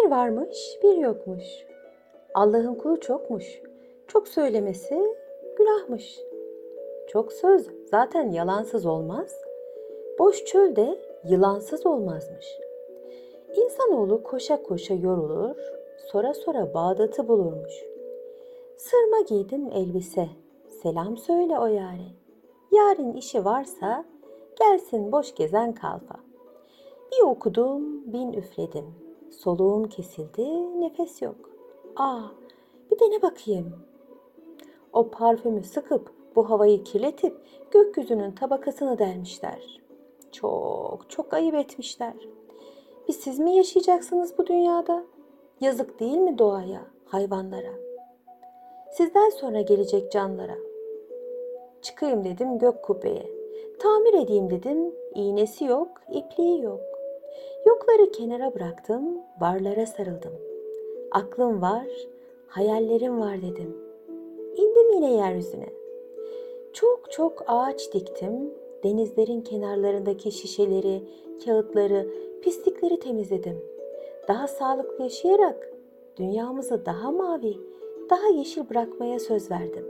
Bir varmış, bir yokmuş. Allah'ın kulu çokmuş. Çok söylemesi günahmış. Çok söz zaten yalansız olmaz. Boş çölde yılansız olmazmış. İnsanoğlu koşa koşa yorulur, sora sora Bağdat'ı bulurmuş. Sırma giydim elbise, selam söyle o yâre. Yarın işi varsa gelsin boş gezen kalfa. Bir okudum, bin üfledim. Soluğum kesildi, nefes yok. Bir de ne bakayım? O parfümü sıkıp, bu havayı kirletip gökyüzünün tabakasını delmişler. Çok, çok ayıp etmişler. Bir siz mi yaşayacaksınız bu dünyada? Yazık değil mi doğaya, hayvanlara? Sizden sonra gelecek canlara. Çıkayım dedim gök kubbeye. Tamir edeyim dedim, iğnesi yok, ipliği yok. Yokları kenara bıraktım, varlara sarıldım. Aklım var, hayallerim var dedim. İndim yine yeryüzüne. Çok çok ağaç diktim, denizlerin kenarlarındaki şişeleri, kağıtları, pislikleri temizledim. Daha sağlıklı yaşayarak dünyamızı daha mavi, daha yeşil bırakmaya söz verdim.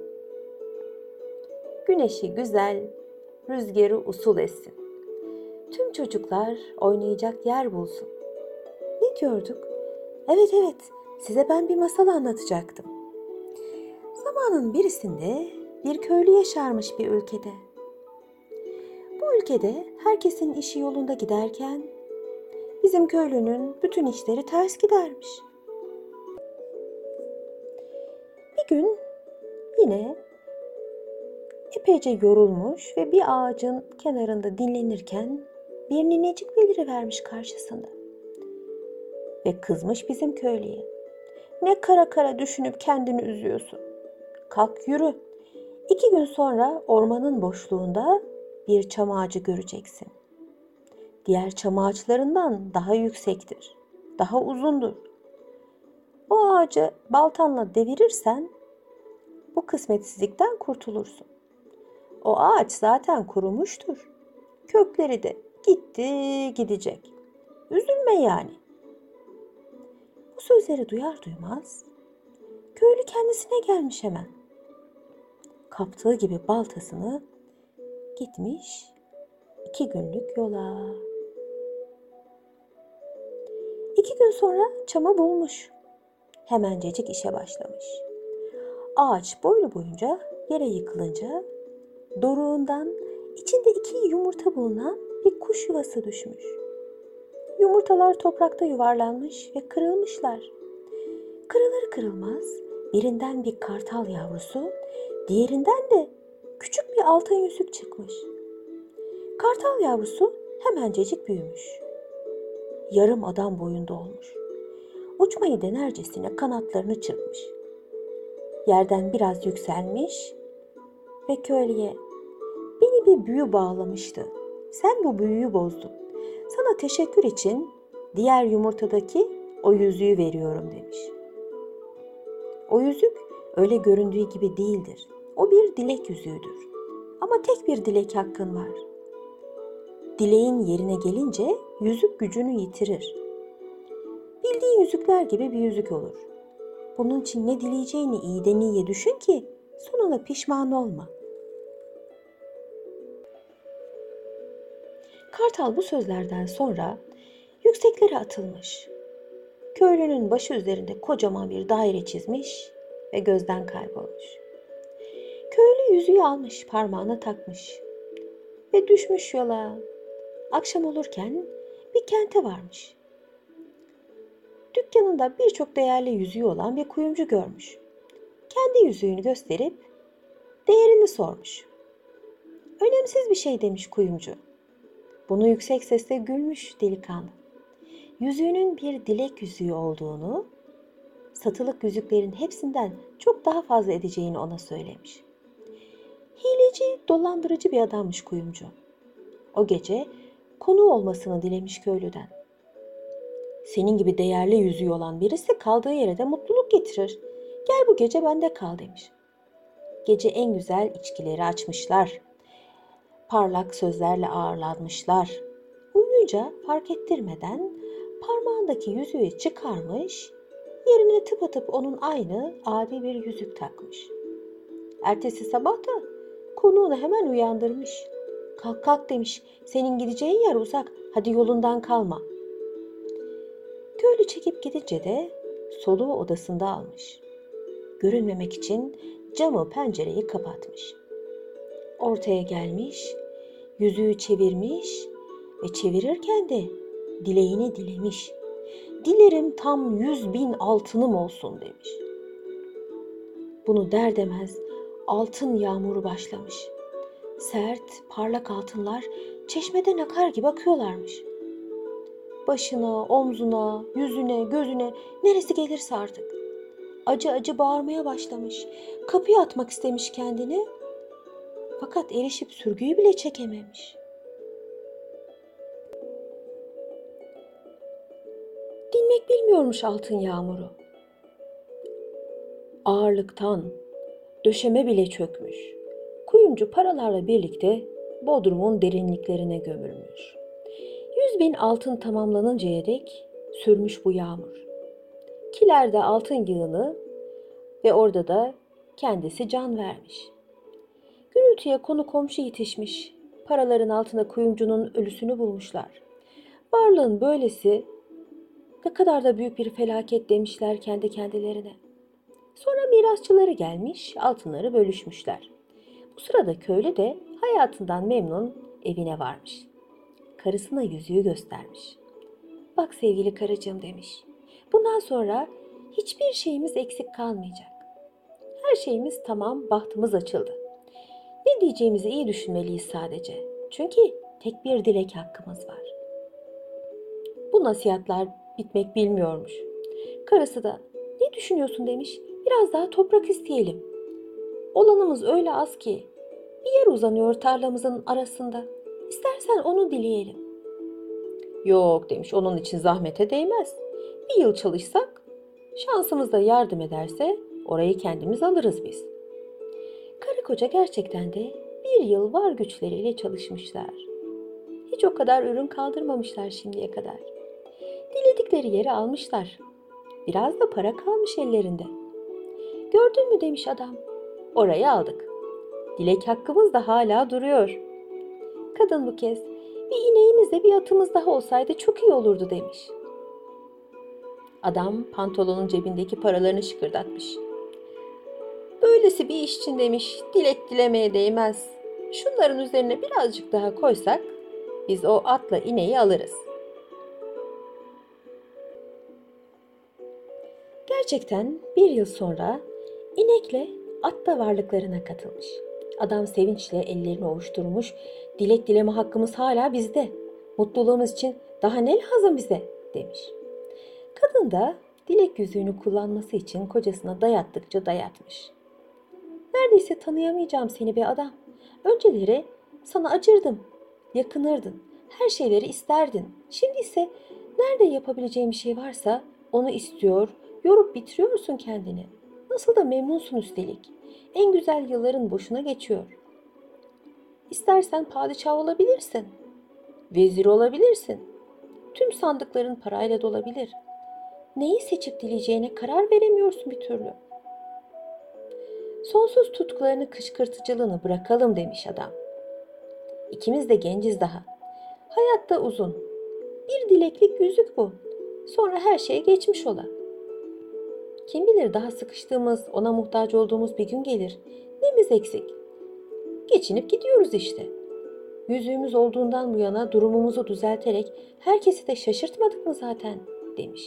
Güneşi güzel, rüzgarı usul etsin. Tüm çocuklar oynayacak yer bulsun. Ne diyorduk? Evet, size ben bir masal anlatacaktım. Zamanın birisinde bir köylü yaşarmış bir ülkede. Bu ülkede herkesin işi yolunda giderken bizim köylünün bütün işleri ters gidermiş. Bir gün yine epeyce yorulmuş ve bir ağacın kenarında dinlenirken bir ninecik belirivermiş karşısında. Ve kızmış bizim köylüye. Ne kara kara düşünüp kendini üzüyorsun. Kalk yürü. 2 gün sonra ormanın boşluğunda bir çam ağacı göreceksin. Diğer çam ağaçlarından daha yüksektir, daha uzundur. O ağacı baltanla devirirsen bu kısmetsizlikten kurtulursun. O ağaç zaten kurumuştur. Kökleri de gitti gidecek. Üzülme yani. Bu sözleri duyar duymaz köylü kendisine gelmiş hemen. Kaptığı gibi baltasını gitmiş 2 günlük yola. 2 gün sonra çamı bulmuş. Hemencecik işe başlamış. Ağaç boylu boyunca yere yıkılınca doruğundan içinde 2 yumurta bulunan bir kuş yuvası düşmüş. Yumurtalar toprakta yuvarlanmış ve kırılmışlar. Kırılır kırılmaz birinden bir kartal yavrusu, diğerinden de küçük bir altın yüzük çıkmış. Kartal yavrusu hemencecik büyümüş. Yarım adam boyunda olmuş. Uçmayı denercesine kanatlarını çırpmış. Yerden biraz yükselmiş ve köylüye beni bir büyü bağlamıştı. Sen bu büyüyü bozdun. Sana teşekkür için diğer yumurtadaki o yüzüğü veriyorum demiş. O yüzük öyle göründüğü gibi değildir. O bir dilek yüzüğüdür. Ama tek bir dilek hakkın var. Dileğin yerine gelince yüzük gücünü yitirir. Bildiğin yüzükler gibi bir yüzük olur. Bunun için ne dileyeceğini iyiden iyiye düşün ki sonuna pişman olma. Kartal bu sözlerden sonra yükseklere atılmış. Köylünün başı üzerinde kocaman bir daire çizmiş ve gözden kaybolmuş. Köylü yüzüğü almış, parmağına takmış ve düşmüş yola. Akşam olurken bir kente varmış. Dükkanında birçok değerli yüzüğü olan bir kuyumcu görmüş. Kendi yüzüğünü gösterip değerini sormuş. Önemsiz bir şey demiş kuyumcu. Bunu yüksek sesle gülmüş delikanlı. Yüzüğünün bir dilek yüzüğü olduğunu, satılık yüzüklerin hepsinden çok daha fazla edeceğini ona söylemiş. Hileci, dolandırıcı bir adammış kuyumcu. O gece konu olmasını dilemiş köylüden. Senin gibi değerli yüzüğü olan birisi kaldığı yere de mutluluk getirir. Gel bu gece bende kal demiş. Gece en güzel içkileri açmışlar. Parlak sözlerle ağırlanmışlar. Uyuyunca fark ettirmeden Parmağındaki yüzüğü çıkarmış, yerine tıpatıp onun aynı adi bir yüzük takmış. Ertesi sabah da konuğunu hemen uyandırmış. Kalk kalk demiş, senin gideceğin yer uzak, hadi yolundan kalma. Köylü çekip gidince de soluğu odasında almış. Görünmemek için camı pencereyi kapatmış. Ortaya gelmiş, yüzüğü çevirmiş ve çevirirken de dileğini dilemiş. Dilerim tam 100.000 altınım olsun demiş. Bunu der demez altın yağmuru başlamış. Sert, parlak altınlar çeşmeden akar gibi akıyorlarmış. Başına, omzuna, yüzüne, gözüne neresi gelirse artık. Acı acı bağırmaya başlamış. Kapıya atmak istemiş kendini. Fakat erişip sürgüyü bile çekememiş. Dinmek bilmiyormuş altın yağmuru. Ağırlıktan döşeme bile çökmüş. Kuyumcu paralarla birlikte Bodrum'un derinliklerine gömülmüş. 100.000 altın tamamlanıncaya dek sürmüş bu yağmur. Kilerde altın yığını ve orada da kendisi can vermiş. Gürültüye konu komşu yetişmiş. Paraların altında kuyumcunun ölüsünü bulmuşlar. Varlığın böylesi ne kadar da büyük bir felaket demişler kendi kendilerine. Sonra mirasçıları gelmiş, altınları bölüşmüşler. Bu sırada köylü de hayatından memnun evine varmış. Karısına yüzüğü göstermiş. Bak sevgili karıcığım demiş. Bundan sonra hiçbir şeyimiz eksik kalmayacak. Her şeyimiz tamam, bahtımız açıldı. Ne diyeceğimizi iyi düşünmeliyiz sadece. Çünkü tek bir dilek hakkımız var. Bu nasihatler bitmek bilmiyormuş. Karısı da ne düşünüyorsun demiş. Biraz daha toprak isteyelim. Olanımız öyle az ki. Bir yer uzanıyor tarlamızın arasında. İstersen onu dileyelim. Yok demiş, onun için zahmete değmez. Bir yıl çalışsak, şansımız da yardım ederse orayı kendimiz alırız biz. Karı koca gerçekten de bir yıl var güçleriyle çalışmışlar. Hiç o kadar ürün kaldırmamışlar şimdiye kadar. Diledikleri yeri almışlar. Biraz da para kalmış ellerinde. Gördün mü demiş adam. Orayı aldık. Dilek hakkımız da hala duruyor. Kadın bu kez bir ineğimiz de bir atımız daha olsaydı çok iyi olurdu demiş. Adam pantolonun cebindeki paralarını şıkırdatmış. Böylesi bir iş için demiş, dilek dilemeye değmez. Şunların üzerine birazcık daha koysak biz o atla ineği alırız. Gerçekten bir yıl sonra inekle at da varlıklarına katılmış. Adam sevinçle ellerini ovuşturmuş. Dilek dileme hakkımız hala bizde. Mutluluğumuz için daha ne lazım bize demiş. Kadın da dilek yüzüğünü kullanması için kocasına dayattıkça dayatmış. Neredeyse tanıyamayacağım seni be adam. Önceleri sana acırdım, yakınırdın, her şeyleri isterdin. Şimdi ise nerede yapabileceğim bir şey varsa onu istiyor, yorup bitiriyorsun kendini. Nasıl da memnunsun üstelik. En güzel yılların boşuna geçiyor. İstersen padişah olabilirsin, vezir olabilirsin. Tüm sandıkların parayla dolabilir. Neyi seçip dileyeceğine karar veremiyorsun bir türlü. Sonsuz tutkularını, kışkırtıcılığını bırakalım demiş adam. İkimiz de genciz daha. Hayat da uzun. Bir dileklik yüzük bu. Sonra her şey geçmiş ola. Kim bilir daha sıkıştığımız, ona muhtaç olduğumuz bir gün gelir. Nemiz eksik? Geçinip gidiyoruz işte. Yüzüğümüz olduğundan bu yana durumumuzu düzelterek herkesi de şaşırtmadık mı zaten demiş.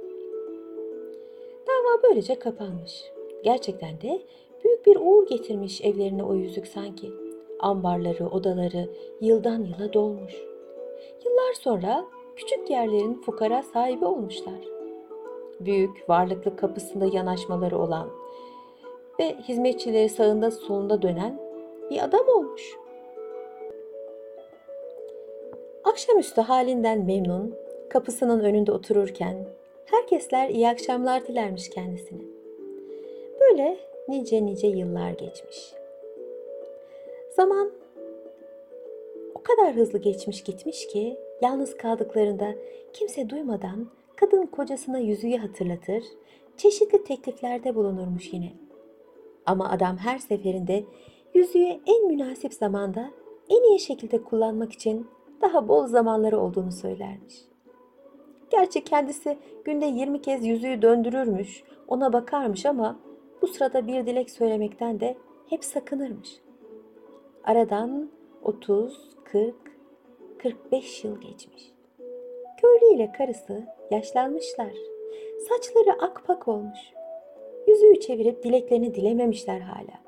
Dava böylece kapanmış. Gerçekten de büyük bir uğur getirmiş evlerine o yüzük sanki. Ambarları, odaları yıldan yıla dolmuş. Yıllar sonra küçük yerlerin fukara sahibi olmuşlar. Büyük, varlıklı kapısında yanaşmaları olan ve hizmetçileri sağında solunda dönen bir adam olmuş. Akşamüstü halinden memnun, kapısının önünde otururken herkesler iyi akşamlar dilermiş kendisine. Böyle nice nice yıllar geçmiş. Zaman o kadar hızlı geçmiş gitmiş ki Yalnız kaldıklarında kimse duymadan kadın kocasına yüzüğü hatırlatır, çeşitli tekliflerde bulunurmuş yine. Ama adam her seferinde yüzüğü en münasip zamanda en iyi şekilde kullanmak için daha bol zamanları olduğunu söylermiş. Gerçi kendisi günde 20 kez yüzüğü döndürürmüş, ona bakarmış ama bu sırada bir dilek söylemekten de hep sakınırmış. Aradan 30, 40, 45 yıl geçmiş. Köylü ile karısı yaşlanmışlar. Saçları akpak olmuş. Yüzüğü çevirip dileklerini dilememişler hala.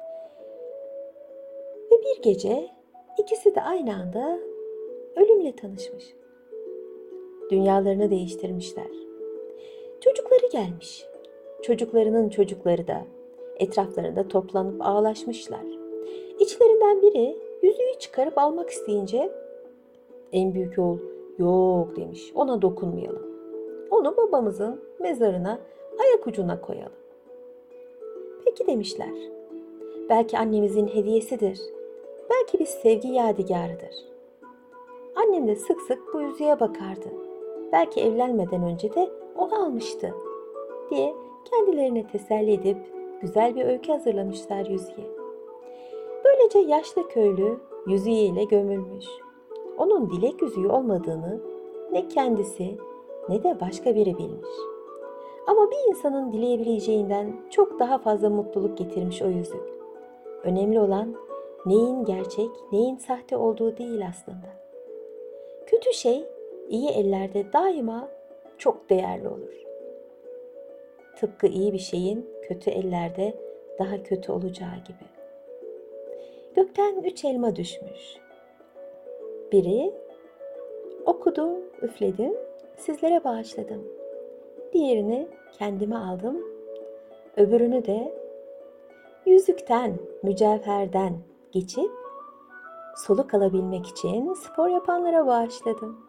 Ve bir gece ikisi de aynı anda ölümle tanışmış. Dünyalarını değiştirmişler. Çocukları gelmiş. Çocuklarının çocukları da etraflarında toplanıp ağlaşmışlar. İçlerinden biri yüzüğü çıkarıp almak isteyince en büyük oğul yok demiş, ona dokunmayalım. Onu babamızın mezarına ayak ucuna koyalım. Peki demişler. Belki annemizin hediyesidir. Belki bir sevgi yadigarıdır. Annem de sık sık bu yüzüğe bakardı. Belki evlenmeden önce de o almıştı diye kendilerine teselli edip güzel bir öykü hazırlamışlar yüzüğe. Böylece yaşlı köylü yüzüğüyle gömülmüş. Onun dilek yüzüğü olmadığını ne kendisi ne de başka biri bilmiş. Ama bir insanın dileyebileceğinden çok daha fazla mutluluk getirmiş o yüzük. Önemli olan neyin gerçek, neyin sahte olduğu değil aslında. Kötü şey iyi ellerde daima çok değerli olur. Tıpkı iyi bir şeyin kötü ellerde daha kötü olacağı gibi. Gökten 3 elma düşmüş. Biri, okudum, üfledim, sizlere bağışladım. Diğerini kendime aldım. Öbürünü de yüzükten, mücevherden geçip soluk alabilmek için spor yapanlara bağışladım.